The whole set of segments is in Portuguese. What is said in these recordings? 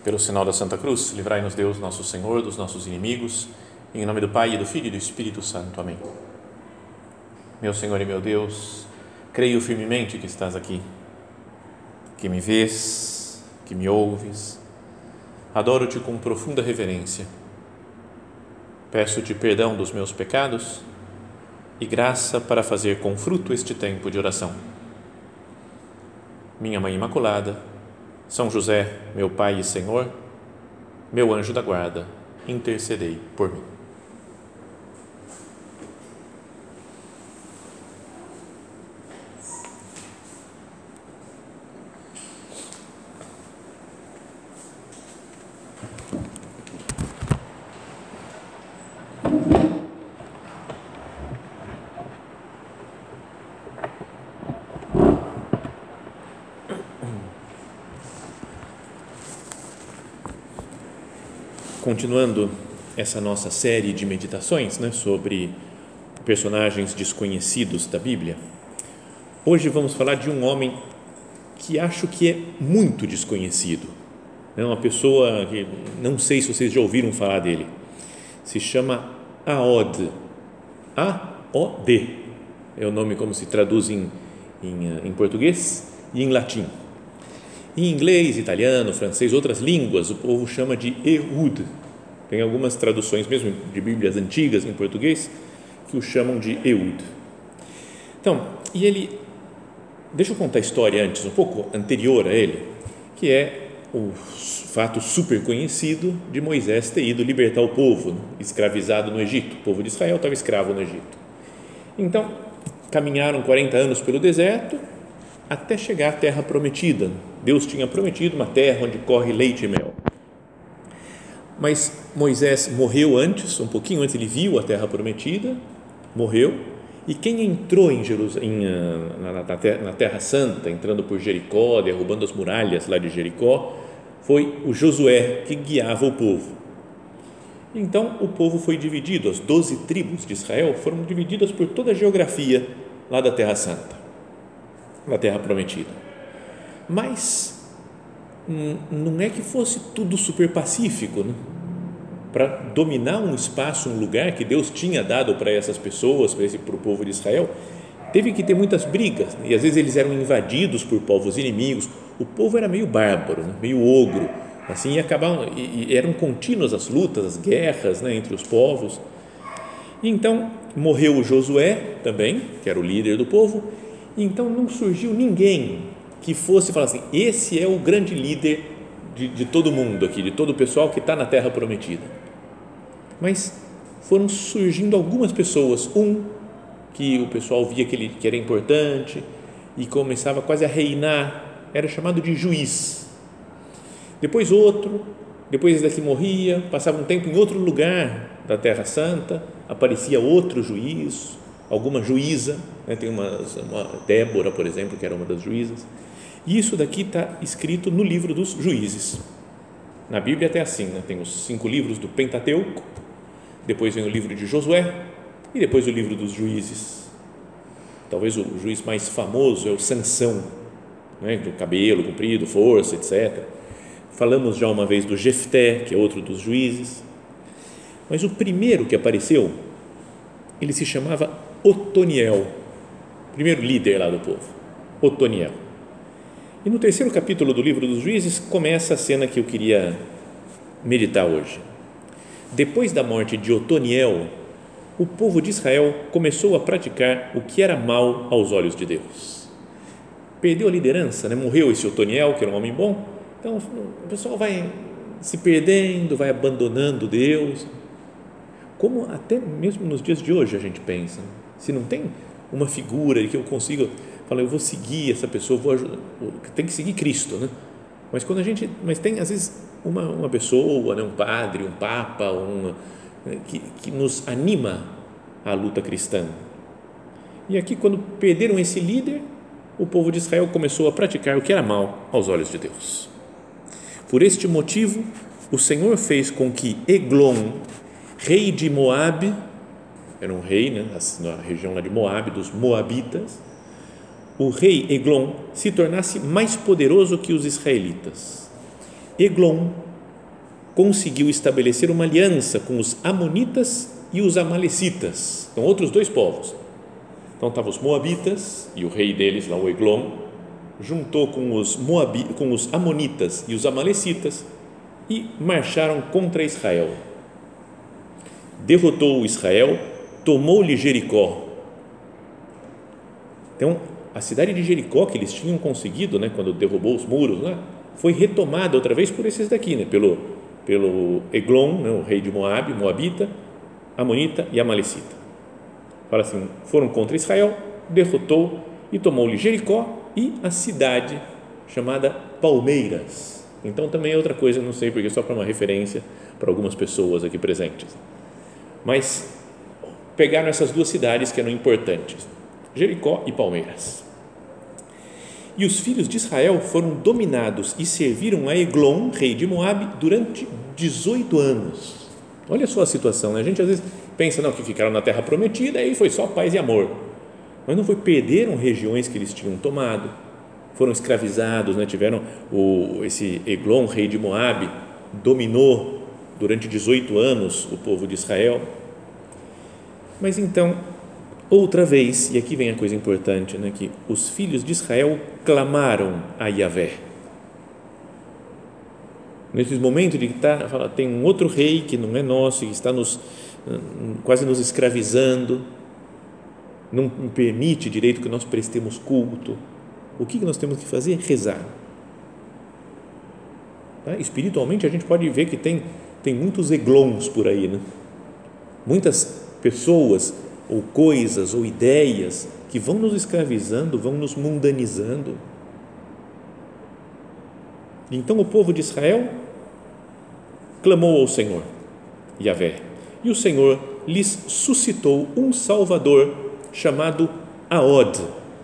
Pelo sinal da Santa Cruz, livrai-nos Deus, nosso Senhor, dos nossos inimigos, em nome do Pai, e do Filho e do Espírito Santo. Amém. Meu Senhor e meu Deus, creio firmemente que estás aqui, que me vês, que me ouves. Adoro-te com profunda reverência. Peço-te perdão dos meus pecados e graça para fazer com fruto este tempo de oração. Minha Mãe Imaculada, São José, meu Pai e Senhor, meu anjo da guarda, intercedei por mim. Continuando essa nossa série de meditações, sobre personagens desconhecidos da Bíblia, hoje vamos falar de um homem que acho que é muito desconhecido, uma pessoa que não sei se vocês já ouviram falar dele. Se chama Aod, A-O-D, é o nome como se traduz em português e em latim. Em inglês, italiano, francês, outras línguas, o povo chama de Ehud. Tem algumas traduções mesmo de Bíblias antigas em português que o chamam de Ehud. Então, deixa eu contar a história antes, um pouco anterior a ele, que é o fato super conhecido de Moisés ter ido libertar o povo escravizado no Egito. O povo de Israel estava escravo no Egito. Então, caminharam 40 anos pelo deserto até chegar à terra prometida. Deus tinha prometido uma terra onde corre leite e mel. Mas Moisés morreu antes, um pouquinho antes, ele viu a terra prometida, morreu, e quem entrou em Jerusalém, na Terra Santa, entrando por Jericó, derrubando as muralhas lá de Jericó, foi o Josué, que guiava o povo. Então o povo foi dividido, as 12 tribos de Israel foram divididas por toda a geografia lá da Terra Santa, da Terra Prometida. Mas não é que fosse tudo super pacífico, Para dominar um espaço, um lugar que Deus tinha dado para essas pessoas, para o povo de Israel, teve que ter muitas brigas, e às vezes eles eram invadidos por povos inimigos. O povo era meio bárbaro, meio ogro, assim, e eram contínuas as lutas, as guerras, entre os povos. E então morreu o Josué também, que era o líder do povo. E então não surgiu ninguém que fosse falar assim: esse é o grande líder de todo mundo aqui, de todo o pessoal que está na Terra Prometida. Mas foram surgindo algumas pessoas, que o pessoal via que era importante e começava quase a reinar, era chamado de juiz. Depois outro, depois esse daqui morria, passava um tempo em outro lugar da Terra Santa, aparecia outro juiz, alguma juíza, tem uma Débora, por exemplo, que era uma das juízas. E isso daqui está escrito no livro dos Juízes. Na Bíblia até assim, tem os 5 livros do Pentateuco, depois vem o livro de Josué e depois o livro dos Juízes. Talvez o juiz mais famoso é o Sansão, do cabelo comprido, força, etc. Falamos já uma vez do Jefté, que é outro dos juízes. Mas o primeiro que apareceu, ele se chamava Otoniel, primeiro líder lá do povo, Otoniel. E no 3º capítulo do livro dos Juízes começa a cena que eu queria meditar hoje. Depois da morte de Otoniel, o povo de Israel começou a praticar o que era mal aos olhos de Deus. Perdeu a liderança, morreu esse Otoniel, que era um homem bom. Então o pessoal vai se perdendo, vai abandonando Deus. Como até mesmo nos dias de hoje a gente pensa, se não tem uma figura que eu consiga falar, eu vou seguir essa pessoa, tem que seguir Cristo, Mas tem às vezes uma pessoa, um padre, um papa, que nos anima à luta cristã. E aqui, quando perderam esse líder, o povo de Israel começou a praticar o que era mal aos olhos de Deus. Por este motivo, o Senhor fez com que Eglon, rei de Moabe, era um rei, na região lá de Moabe, dos Moabitas, o rei Eglon se tornasse mais poderoso que os israelitas. Eglon conseguiu estabelecer uma aliança com os amonitas e os amalecitas, então outros dois povos. Então estavam os moabitas e o rei deles, lá o Eglon, juntou com os amonitas e os amalecitas e marcharam contra Israel. Derrotou Israel, tomou-lhe Jericó. Então, a cidade de Jericó, que eles tinham conseguido, né, quando derrubou os muros lá, foi retomada outra vez por esses daqui, né, pelo Eglon, né, o rei de Moabe, moabita, amonita e amalecita. Fala assim, foram contra Israel, derrotou e tomou-lhe Jericó e a cidade chamada Palmeiras. Então, também é outra coisa, não sei porque, só para uma referência para algumas pessoas aqui presentes. Mas pegaram essas duas cidades que eram importantes, Jericó e Palmeiras. E os filhos de Israel foram dominados e serviram a Eglon, rei de Moabe, durante 18 anos. Olha só a situação, né? A gente às vezes pensa, não, que ficaram na terra prometida e foi só paz e amor. Mas não foi, perderam regiões que eles tinham tomado, foram escravizados, né? Tiveram esse Eglon, rei de Moabe, dominou durante 18 anos o povo de Israel. Mas então, outra vez, e aqui vem a coisa importante, né, que os filhos de Israel clamaram a Yahvé. Nesses momentos de que tem um outro rei que não é nosso, que está quase nos escravizando, não permite direito que nós prestemos culto, o que nós temos que fazer? Rezar. Tá? Espiritualmente, a gente pode ver que tem muitos eglons por aí, né? Muitas pessoas ou coisas ou ideias que vão nos escravizando, vão nos mundanizando. Então o povo de Israel clamou ao Senhor, Yahvé, e o Senhor lhes suscitou um Salvador chamado Aod,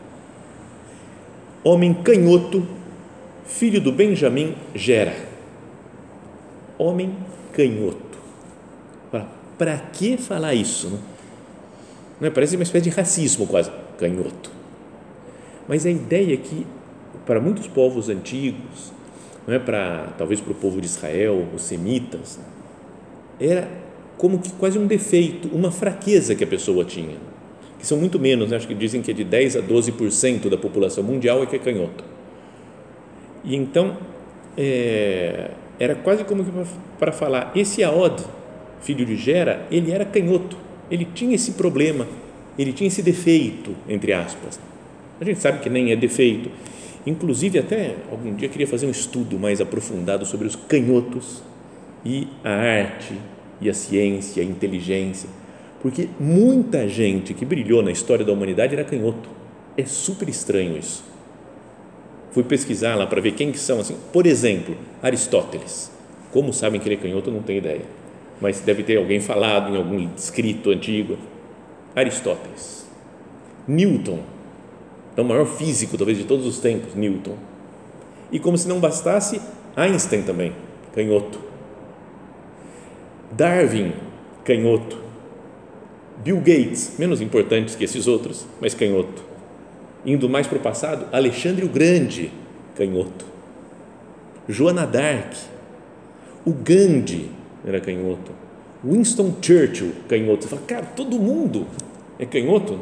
homem canhoto, filho do Benjamim Gera. Homem canhoto. Para que falar isso? Não é? Parece uma espécie de racismo quase, canhoto. Mas a ideia é que, para muitos povos antigos, não é, talvez para o povo de Israel, os semitas, era como que quase um defeito, uma fraqueza que a pessoa tinha, que são muito menos, né? Acho que dizem que é de 10 a 12% da população mundial é que é canhoto. E então, era quase como que para falar, esse Aod, filho de Gera, ele era canhoto, ele tinha esse problema, ele tinha esse defeito, entre aspas. A gente sabe que nem é defeito, inclusive até algum dia queria fazer um estudo mais aprofundado sobre os canhotos e a arte e a ciência, a inteligência, porque muita gente que brilhou na história da humanidade era canhoto. É super estranho isso. Fui pesquisar lá para ver quem que são, assim, por exemplo, Aristóteles. Como sabem que ele é canhoto, eu não tenho ideia, mas deve ter alguém falado em algum escrito antigo. Aristóteles. Newton, é o maior físico talvez de todos os tempos, Newton. E como se não bastasse, Einstein também, canhoto. Darwin, canhoto. Bill Gates, menos importantes que esses outros, mas canhoto. Indo mais para o passado, Alexandre o Grande, canhoto. Joana d'Arc, o Gandhi era canhoto, Winston Churchill, canhoto. Você fala, cara, todo mundo é canhoto?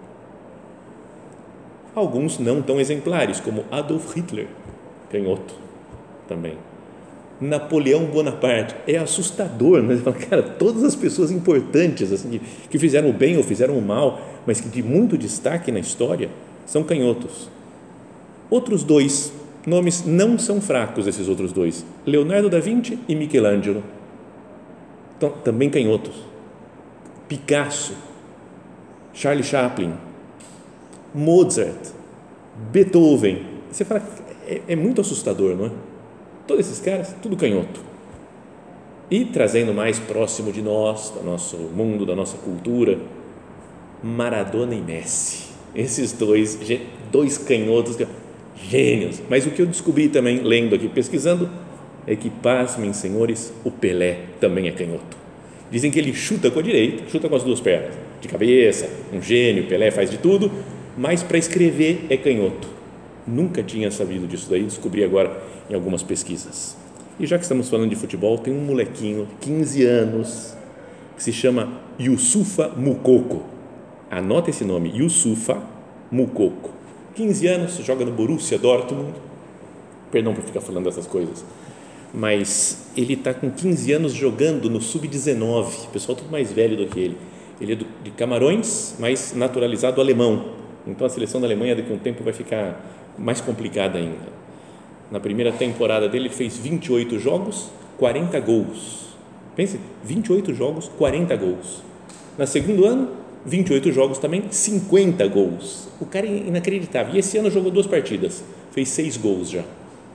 Alguns não tão exemplares, como Adolf Hitler, canhoto também. Napoleão Bonaparte, é assustador, né? Você fala, cara, todas as pessoas importantes assim, que fizeram o bem ou fizeram o mal, mas que de muito destaque na história, são canhotos. Outros dois nomes não são fracos, esses outros dois, Leonardo da Vinci e Michelangelo, então, também canhotos. Picasso, Charlie Chaplin, Mozart, Beethoven. Você fala, é muito assustador, não é? Todos esses caras, tudo canhoto. E trazendo mais próximo de nós, do nosso mundo, da nossa cultura, Maradona e Messi. Esses dois canhotos, gênios. Mas o que eu descobri também, lendo aqui, pesquisando, é que, pasmem, senhores, o Pelé também é canhoto. Dizem que ele chuta com a direita, chuta com as duas pernas, de cabeça, um gênio, Pelé faz de tudo, mas para escrever é canhoto. Nunca tinha sabido disso daí, descobri agora em algumas pesquisas. E já que estamos falando de futebol, tem um molequinho, 15 anos, que se chama Youssoufa Moukoko. Anota esse nome, Youssoufa Moukoko. 15 anos, joga no Borussia Dortmund. Perdão por ficar falando dessas coisas. Mas ele está com 15 anos jogando no Sub-19, o pessoal tudo mais velho do que ele. Ele é de Camarões, mas naturalizado alemão. Então a seleção da Alemanha daqui a um tempo vai ficar mais complicada ainda. Na primeira temporada dele, ele fez 28 jogos, 40 gols. Pense, 28 jogos, 40 gols. No segundo ano, 28 jogos também, 50 gols. O cara é inacreditável. E esse ano jogou 2 partidas, fez 6 gols já.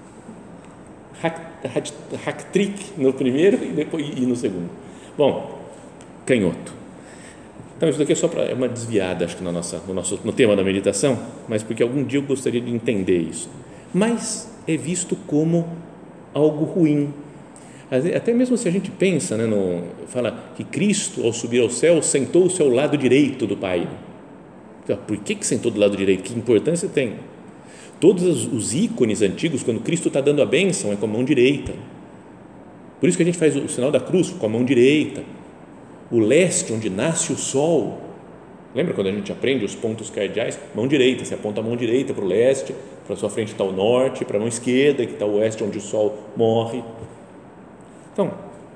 Hack-trick no primeiro e no segundo. Bom, canhoto. Então, isso daqui é uma desviada, acho que no tema da meditação, mas porque algum dia eu gostaria de entender isso. Mas é visto como algo ruim. Até mesmo se a gente pensa, né, fala que Cristo, ao subir ao céu, sentou-se ao lado direito do Pai. Então, por que sentou do lado direito? Que importância tem? Todos os ícones antigos, quando Cristo está dando a bênção, é com a mão direita. Por isso que a gente faz o sinal da cruz com a mão direita. O leste, onde nasce o sol. Lembra quando a gente aprende os pontos cardeais? Mão direita, você aponta a mão direita para o leste, para a sua frente está o norte, para a mão esquerda, que está o oeste, onde o sol morre. Então,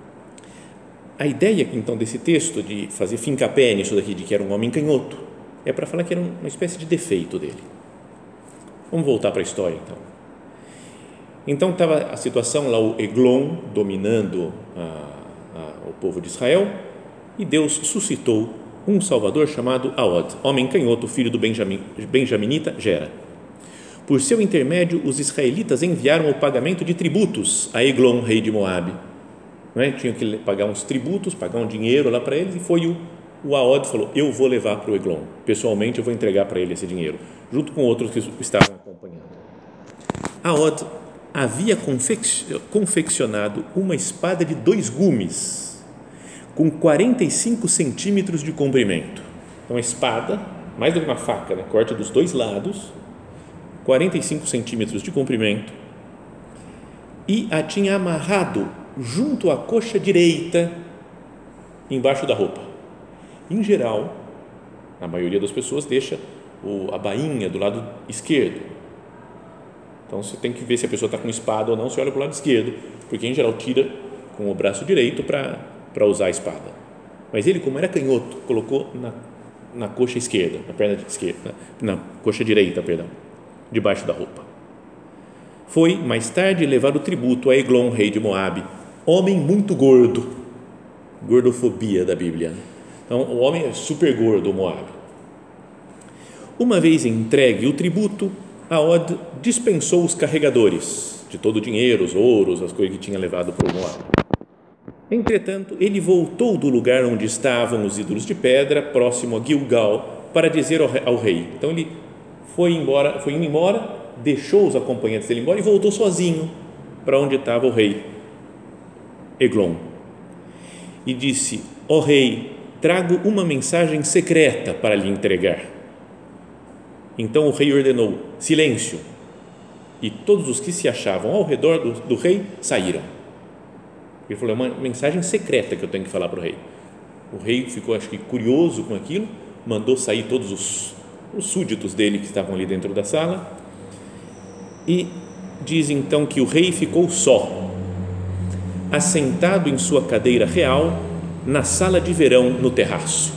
a ideia então desse texto, de fazer fincapé nisso daqui, de que era um homem canhoto, é para falar que era uma espécie de defeito dele. Vamos voltar para a história, então. Então, estava a situação lá, o Eglon dominando o povo de Israel, e Deus suscitou um salvador chamado Aod, homem canhoto, filho do benjaminita Gera. Por seu intermédio, os israelitas enviaram o pagamento de tributos a Eglon, rei de Moabe. Não é? Tinham que pagar uns tributos, pagar um dinheiro lá para eles, e foi o Aod falou, eu vou levar para o Eglon, pessoalmente eu vou entregar para ele esse dinheiro, junto com outros que estavam acompanhando. Aod havia confeccionado uma espada de 2 gumes, com 45 centímetros de comprimento. Então, uma espada, mais do que uma faca, né? Corta dos 2 lados, 45 centímetros de comprimento, e a tinha amarrado junto à coxa direita, embaixo da roupa. Em geral, a maioria das pessoas deixa a bainha do lado esquerdo. Então, você tem que ver se a pessoa está com espada ou não, você olha para o lado esquerdo, porque em geral tira com o braço direito para usar a espada. Mas ele, como era canhoto, colocou na coxa esquerda, na perna esquerda, na coxa direita, perdão, debaixo da roupa. Foi, mais tarde, levar o tributo a Eglon, rei de Moabe, homem muito gordo, gordofobia da Bíblia. Então, o homem é super gordo, o Moabe. Uma vez entregue o tributo, Aod dispensou os carregadores de todo o dinheiro, os ouros, as coisas que tinha levado para o Moabe. Entretanto, ele voltou do lugar onde estavam os ídolos de pedra, próximo a Gilgal, para dizer ao rei. Então, ele foi indo embora, deixou os acompanhantes dele embora e voltou sozinho para onde estava o rei Eglon. E disse, ó rei, trago uma mensagem secreta para lhe entregar. Então o rei ordenou, silêncio, e todos os que se achavam ao redor do rei saíram. Ele falou, é uma mensagem secreta que eu tenho que falar para o rei. O rei ficou, acho que, curioso com aquilo, mandou sair todos os súditos dele que estavam ali dentro da sala, e diz então que o rei ficou só, assentado em sua cadeira real, na sala de verão no terraço.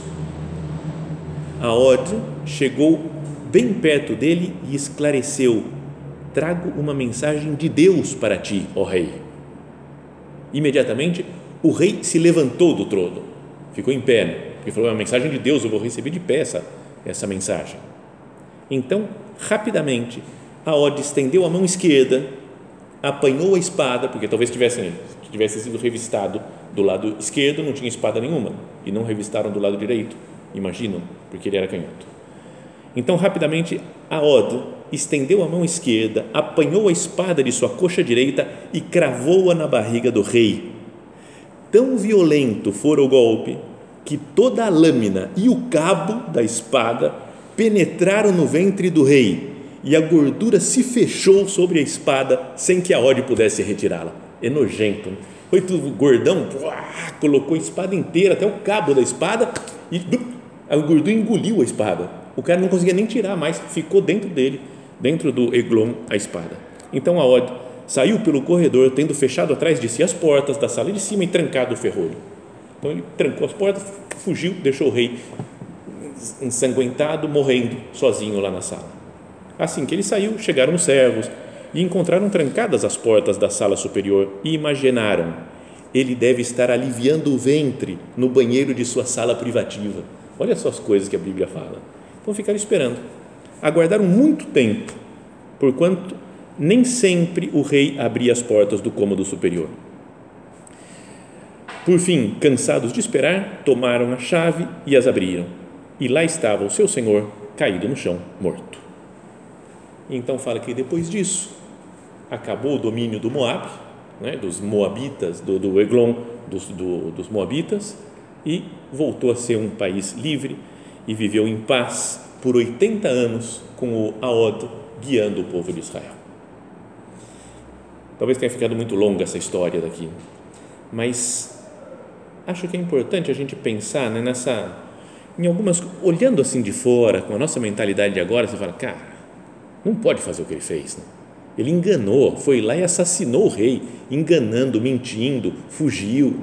Aod chegou bem perto dele e esclareceu, trago uma mensagem de Deus para ti, ó rei. Imediatamente o rei se levantou do trono, ficou em pé, porque falou, é uma mensagem de Deus, eu vou receber de pé essa mensagem. Então, rapidamente, Aod estendeu a mão esquerda, apanhou a espada, porque talvez tivesse sido revistado do lado esquerdo, não tinha espada nenhuma, e não revistaram do lado direito, imaginam, porque ele era canhoto. Então, rapidamente, Aod estendeu a mão esquerda, apanhou a espada de sua coxa direita e cravou-a na barriga do rei. Tão violento fora o golpe que toda a lâmina e o cabo da espada penetraram no ventre do rei e a gordura se fechou sobre a espada sem que Aod pudesse retirá-la. é nojento. Foi tudo gordão, colocou a espada inteira, até o cabo da espada, e a gordura engoliu a espada. O cara não conseguia nem tirar mais, ficou dentro dele, dentro do Eglon, a espada. Então Aod saiu pelo corredor, tendo fechado atrás de si as portas da sala de cima e trancado o ferrolho. Então ele trancou as portas, fugiu, deixou o rei ensanguentado, morrendo sozinho lá na sala. Assim que ele saiu, chegaram os servos e encontraram trancadas as portas da sala superior e imaginaram: ele deve estar aliviando o ventre no banheiro de sua sala privativa. Olha só as coisas que a Bíblia fala. Então ficaram esperando. Aguardaram muito tempo, porquanto nem sempre o rei abria as portas do cômodo superior. Por fim, cansados de esperar, tomaram a chave e as abriram. E lá estava o seu senhor caído no chão, morto. Então fala que depois disso acabou o domínio do Moab, né, dos moabitas, do Eglon, dos moabitas, e voltou a ser um país livre e viveu em paz por 80 anos com o Aod guiando o povo de Israel. Talvez tenha ficado muito longa essa história daqui, mas acho que é importante a gente pensar, né, em algumas, olhando assim de fora, com a nossa mentalidade de agora, você fala, cara, não pode fazer o que ele fez, né? Ele enganou, foi lá e assassinou o rei, enganando, mentindo, fugiu.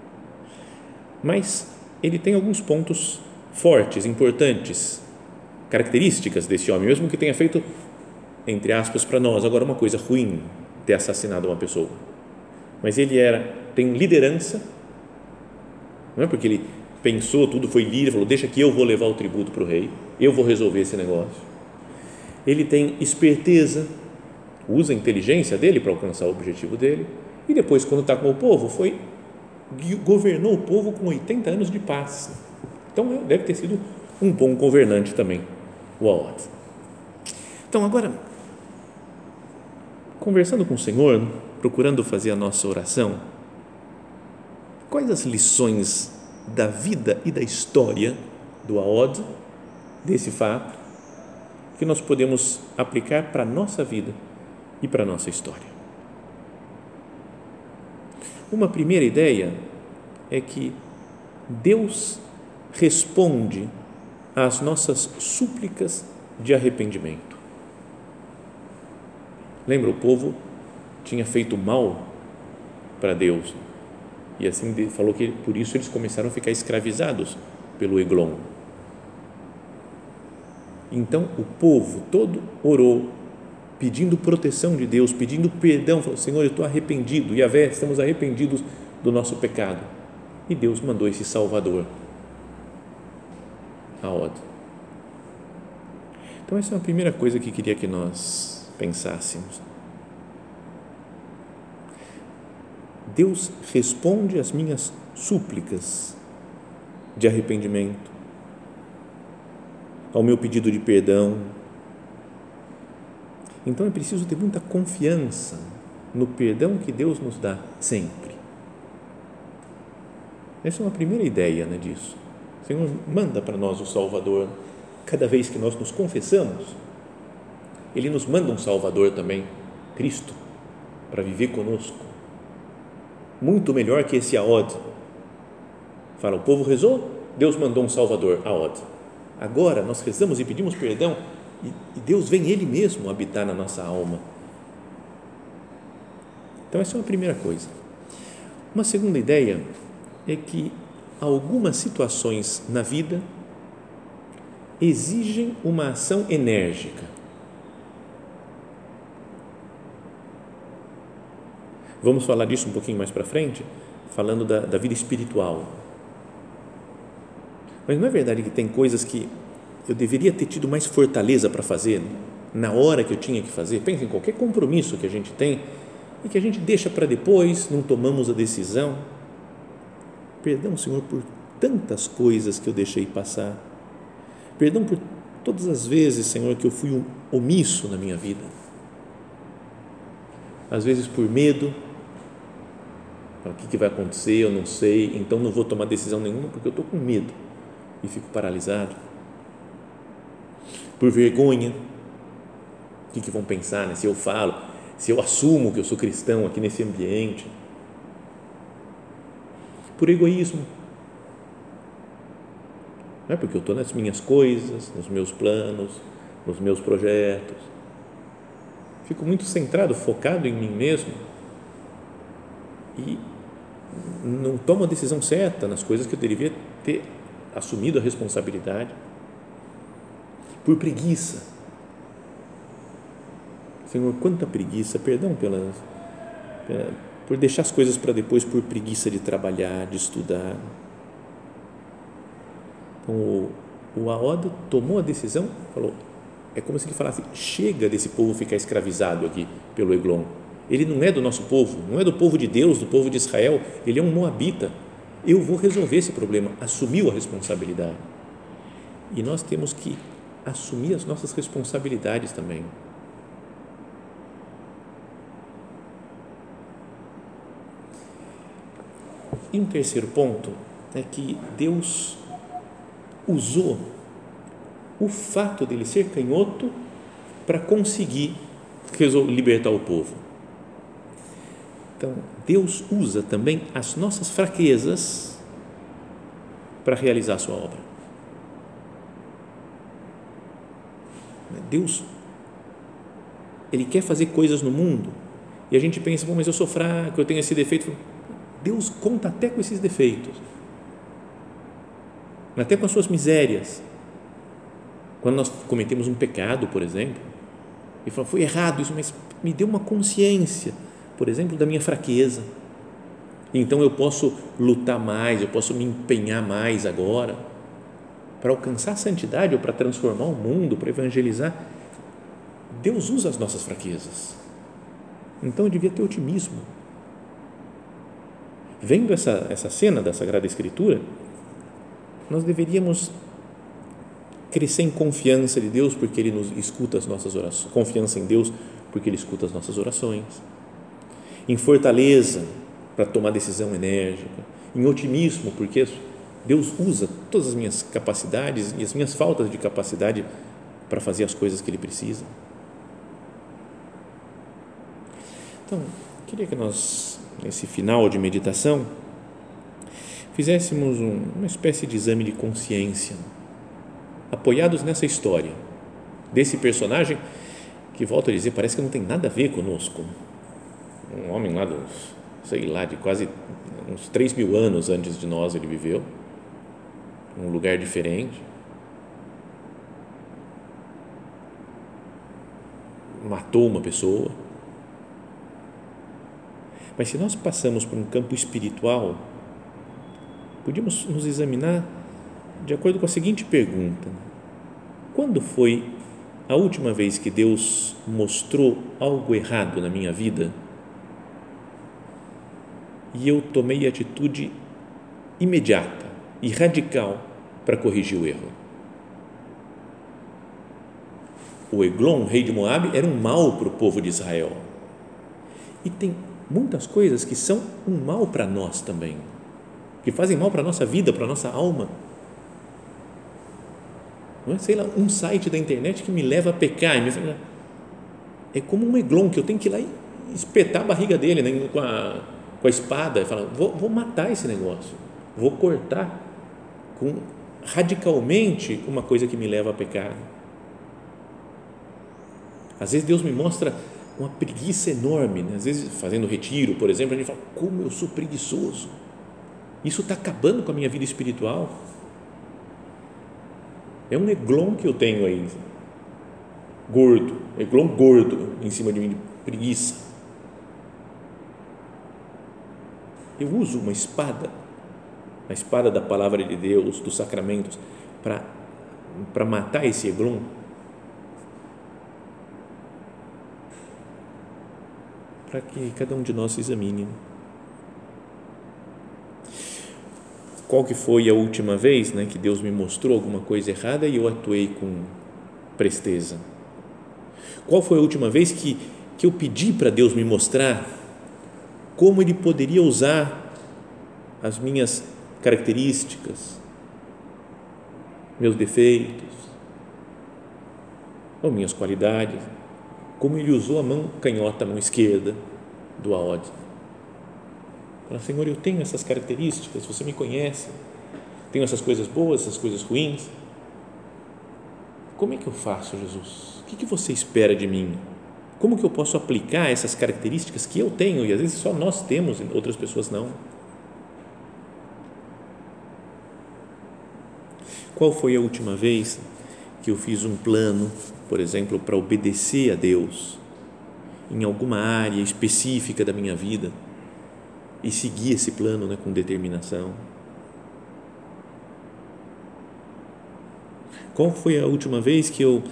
Mas ele tem alguns pontos fortes, importantes, características desse homem, mesmo que tenha feito, entre aspas, para nós, agora uma coisa ruim, ter assassinado uma pessoa. Mas ele tem liderança, não é porque ele pensou, tudo foi livre, falou, deixa que eu vou levar o tributo para o rei, eu vou resolver esse negócio. Ele tem esperteza, usa a inteligência dele para alcançar o objetivo dele, e depois, quando está com o povo, governou o povo com 80 anos de paz. Então, deve ter sido um bom governante também, o Aod. Então, agora, conversando com o Senhor, procurando fazer a nossa oração, quais as lições da vida e da história do Aod, desse fato, que nós podemos aplicar para a nossa vida e para a nossa história? Uma primeira ideia é que Deus responde às nossas súplicas de arrependimento. Lembra, o povo tinha feito mal para Deus e assim falou que por isso eles começaram a ficar escravizados pelo Eglon. Então o povo todo orou, pedindo proteção de Deus, pedindo perdão, falou, Senhor, eu estou arrependido, Yahvé, estamos arrependidos do nosso pecado. E Deus mandou esse Salvador, Aod. Então essa é a primeira coisa que queria que nós pensássemos. Deus responde às minhas súplicas de arrependimento, ao meu pedido de perdão. Então é preciso ter muita confiança no perdão que Deus nos dá sempre. Essa é uma primeira ideia, né, disso. O Senhor manda para nós o Salvador. Cada vez que nós nos confessamos, Ele nos manda um Salvador também, Cristo, para viver conosco. Muito melhor que esse Aod. Fala, o povo rezou, Deus mandou um Salvador, Aod. Agora nós rezamos e pedimos perdão e Deus vem Ele mesmo habitar na nossa alma. Então essa é uma primeira coisa. Uma segunda ideia é que algumas situações na vida exigem uma ação enérgica. Vamos falar disso um pouquinho mais para frente, falando da vida espiritual. Mas não é verdade que tem coisas que eu deveria ter tido mais fortaleza para fazer na hora que eu tinha que fazer? Pensa em qualquer compromisso que a gente tem e que a gente deixa para depois, não tomamos a decisão. Perdão, Senhor, por tantas coisas que eu deixei passar. Perdão por todas as vezes, Senhor, que eu fui omisso na minha vida. Às vezes por medo, o que vai acontecer, eu não sei, então não vou tomar decisão nenhuma porque eu estou com medo e fico paralisado. Por vergonha, o que vão pensar, né? Se eu falo, se eu assumo que eu sou cristão aqui nesse ambiente. Por egoísmo. Não é porque eu estou nas minhas coisas, nos meus planos, nos meus projetos. Fico muito centrado, focado em mim mesmo e não tomo a decisão certa nas coisas que eu deveria ter assumido a responsabilidade. Por preguiça. Senhor, quanta preguiça, perdão por deixar as coisas para depois, por preguiça de trabalhar, de estudar. Então, o Aoda tomou a decisão, falou, é como se ele falasse, chega desse povo ficar escravizado aqui pelo Eglon. Ele não é do nosso povo, não é do povo de Deus, do povo de Israel, ele é um moabita. Eu vou resolver esse problema. Assumiu a responsabilidade. E nós temos que assumir as nossas responsabilidades também. E um terceiro ponto é que Deus usou o fato dele ser canhoto para conseguir libertar o povo. Então, Deus usa também as nossas fraquezas para realizar a sua obra. Deus, Ele quer fazer coisas no mundo e a gente pensa, bom, mas eu sou fraco, eu tenho esse defeito. Deus conta até com esses defeitos, até com as suas misérias. Quando nós cometemos um pecado, por exemplo, e fala, foi errado isso, mas me deu uma consciência, por exemplo, da minha fraqueza. Então eu posso lutar mais, eu posso me empenhar mais agora para alcançar a santidade ou para transformar o mundo, para evangelizar. Deus usa as nossas fraquezas. Então eu devia ter otimismo. Vendo essa cena da Sagrada Escritura, nós deveríamos crescer em confiança de Deus porque Ele nos escuta as nossas orações, confiança em Deus porque Ele escuta as nossas orações, em fortaleza para tomar decisão enérgica, em otimismo porque Deus usa todas as minhas capacidades e as minhas faltas de capacidade para fazer as coisas que Ele precisa. Então, queria que nós, nesse final de meditação, fizéssemos uma espécie de exame de consciência, apoiados nessa história, desse personagem que, volto a dizer, parece que não tem nada a ver conosco. Um homem lá de quase uns 3.000 anos antes de nós ele viveu, num lugar diferente, matou uma pessoa. Mas se nós passamos por um campo espiritual, podíamos nos examinar de acordo com a seguinte pergunta: quando foi a última vez que Deus mostrou algo errado na minha vida e eu tomei atitude imediata e radical para corrigir o erro? O Eglon, rei de Moabe, era um mal para o povo de Israel. E tem muitas coisas que são um mal para nós também, que fazem mal para a nossa vida, para a nossa alma. Não é, sei lá, um site da internet que me leva a pecar. É como um Eglon que eu tenho que ir lá e espetar a barriga dele, né, com a espada e falar, vou matar esse negócio, vou cortar radicalmente uma coisa que me leva a pecar. Às vezes Deus me mostra uma preguiça enorme, né? Às vezes fazendo retiro, por exemplo, a gente fala, como eu sou preguiçoso, isso está acabando com a minha vida espiritual. É um Eglon que eu tenho aí, gordo, Eglon gordo em cima de mim, de preguiça. Eu uso uma espada, a espada da palavra de Deus, dos sacramentos, para matar esse Eglon. Para que cada um de nós se examine. Qual que foi a última vez, né, que Deus me mostrou alguma coisa errada e eu atuei com presteza? Qual foi a última vez que eu pedi para Deus me mostrar como Ele poderia usar as minhas características, meus defeitos, ou minhas qualidades, como ele usou a mão canhota, a mão esquerda do Aod. Fala, Senhor, eu tenho essas características, você me conhece, tenho essas coisas boas, essas coisas ruins. Como é que eu faço, Jesus? O que você espera de mim? Como que eu posso aplicar essas características que eu tenho e às vezes só nós temos e outras pessoas não? Qual foi a última vez que eu fiz um plano, por exemplo, para obedecer a Deus em alguma área específica da minha vida e seguir esse plano, né, com determinação? Qual foi a última vez que eu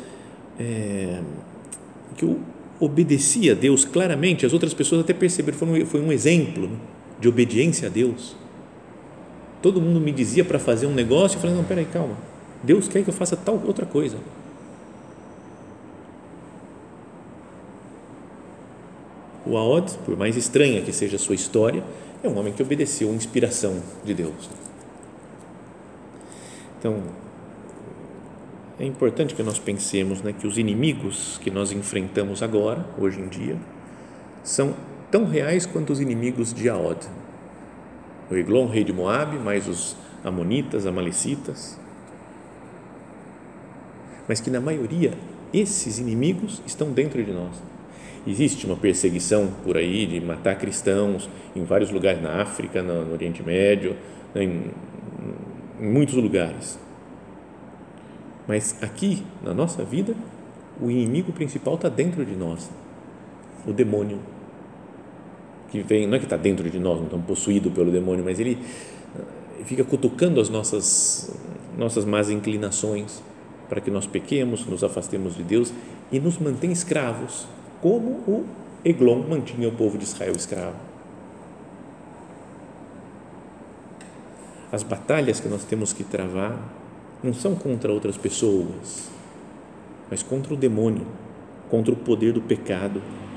obedeci a Deus claramente? As outras pessoas até perceberam, foi um exemplo, né, de obediência a Deus. Todo mundo me dizia para fazer um negócio, eu falei, não, peraí, calma, Deus quer que eu faça tal outra coisa. O Aod, por mais estranha que seja a sua história, é um homem que obedeceu a inspiração de Deus. Então, é importante que nós pensemos, né, que os inimigos que nós enfrentamos agora, hoje em dia, são tão reais quanto os inimigos de Aod. O Eglon, rei de Moabe, mais os amonitas, amalecitas. Mas que na maioria, esses inimigos estão dentro de nós. Existe uma perseguição por aí de matar cristãos em vários lugares, na África, no Oriente Médio, em muitos lugares. Mas aqui, na nossa vida, o inimigo principal está dentro de nós, o demônio, que vem, não é que está dentro de nós, não estamos possuídos pelo demônio, mas ele fica cutucando as nossas más inclinações para que nós pequemos, nos afastemos de Deus e nos mantém escravos, como o Eglon mantinha o povo de Israel escravo. As batalhas que nós temos que travar não são contra outras pessoas, mas contra o demônio, contra o poder do pecado.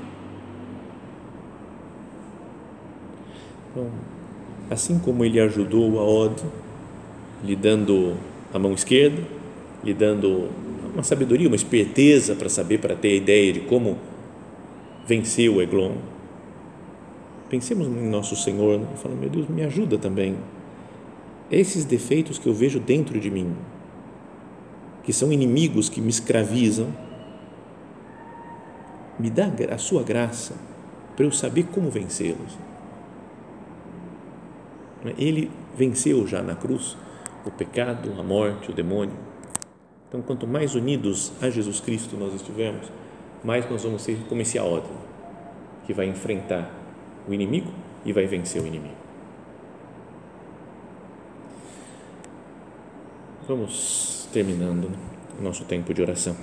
Então, assim como ele ajudou o Aod, lhe dando a mão esquerda, lhe dando uma sabedoria, uma esperteza para ter a ideia de como vencer o Eglon, pensemos em nosso Senhor, né? Falando, meu Deus, me ajuda também. Esses defeitos que eu vejo dentro de mim, que são inimigos que me escravizam, me dá a sua graça para eu saber como vencê-los. Ele venceu já na cruz o pecado, a morte, o demônio. Então, quanto mais unidos a Jesus Cristo nós estivermos, mais nós vamos ser como esse Aod, que vai enfrentar o inimigo e vai vencer o inimigo. Vamos terminando, né, o nosso tempo de oração.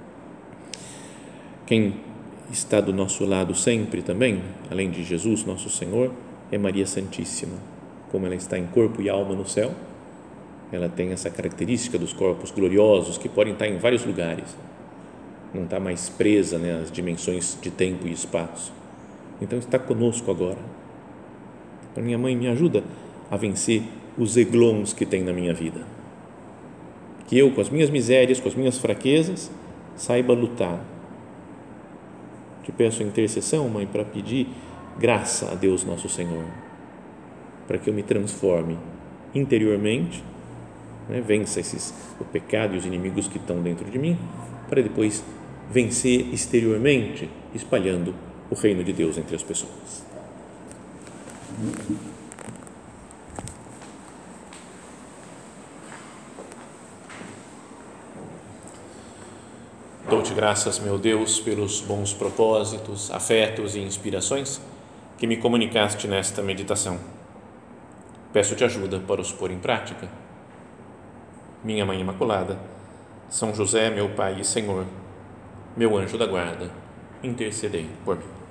Quem está do nosso lado sempre também, além de Jesus, nosso Senhor, é Maria Santíssima. Como ela está em corpo e alma no céu, ela tem essa característica dos corpos gloriosos que podem estar em vários lugares, não está mais presa, né, às dimensões de tempo e espaço. Então está conosco agora. Então, minha mãe, me ajuda a vencer os eglons que tem na minha vida, que eu, com as minhas misérias, com as minhas fraquezas, saiba lutar. Te peço a intercessão, mãe, para pedir graça a Deus nosso Senhor, para que eu me transforme interiormente, né, vença o pecado e os inimigos que estão dentro de mim, para depois vencer exteriormente, espalhando o reino de Deus entre as pessoas. Dou-te graças, meu Deus, pelos bons propósitos, afetos e inspirações que me comunicaste nesta meditação. Peço-te ajuda para os pôr em prática. Minha Mãe Imaculada, São José, meu Pai e Senhor, meu anjo da guarda, intercedei por mim.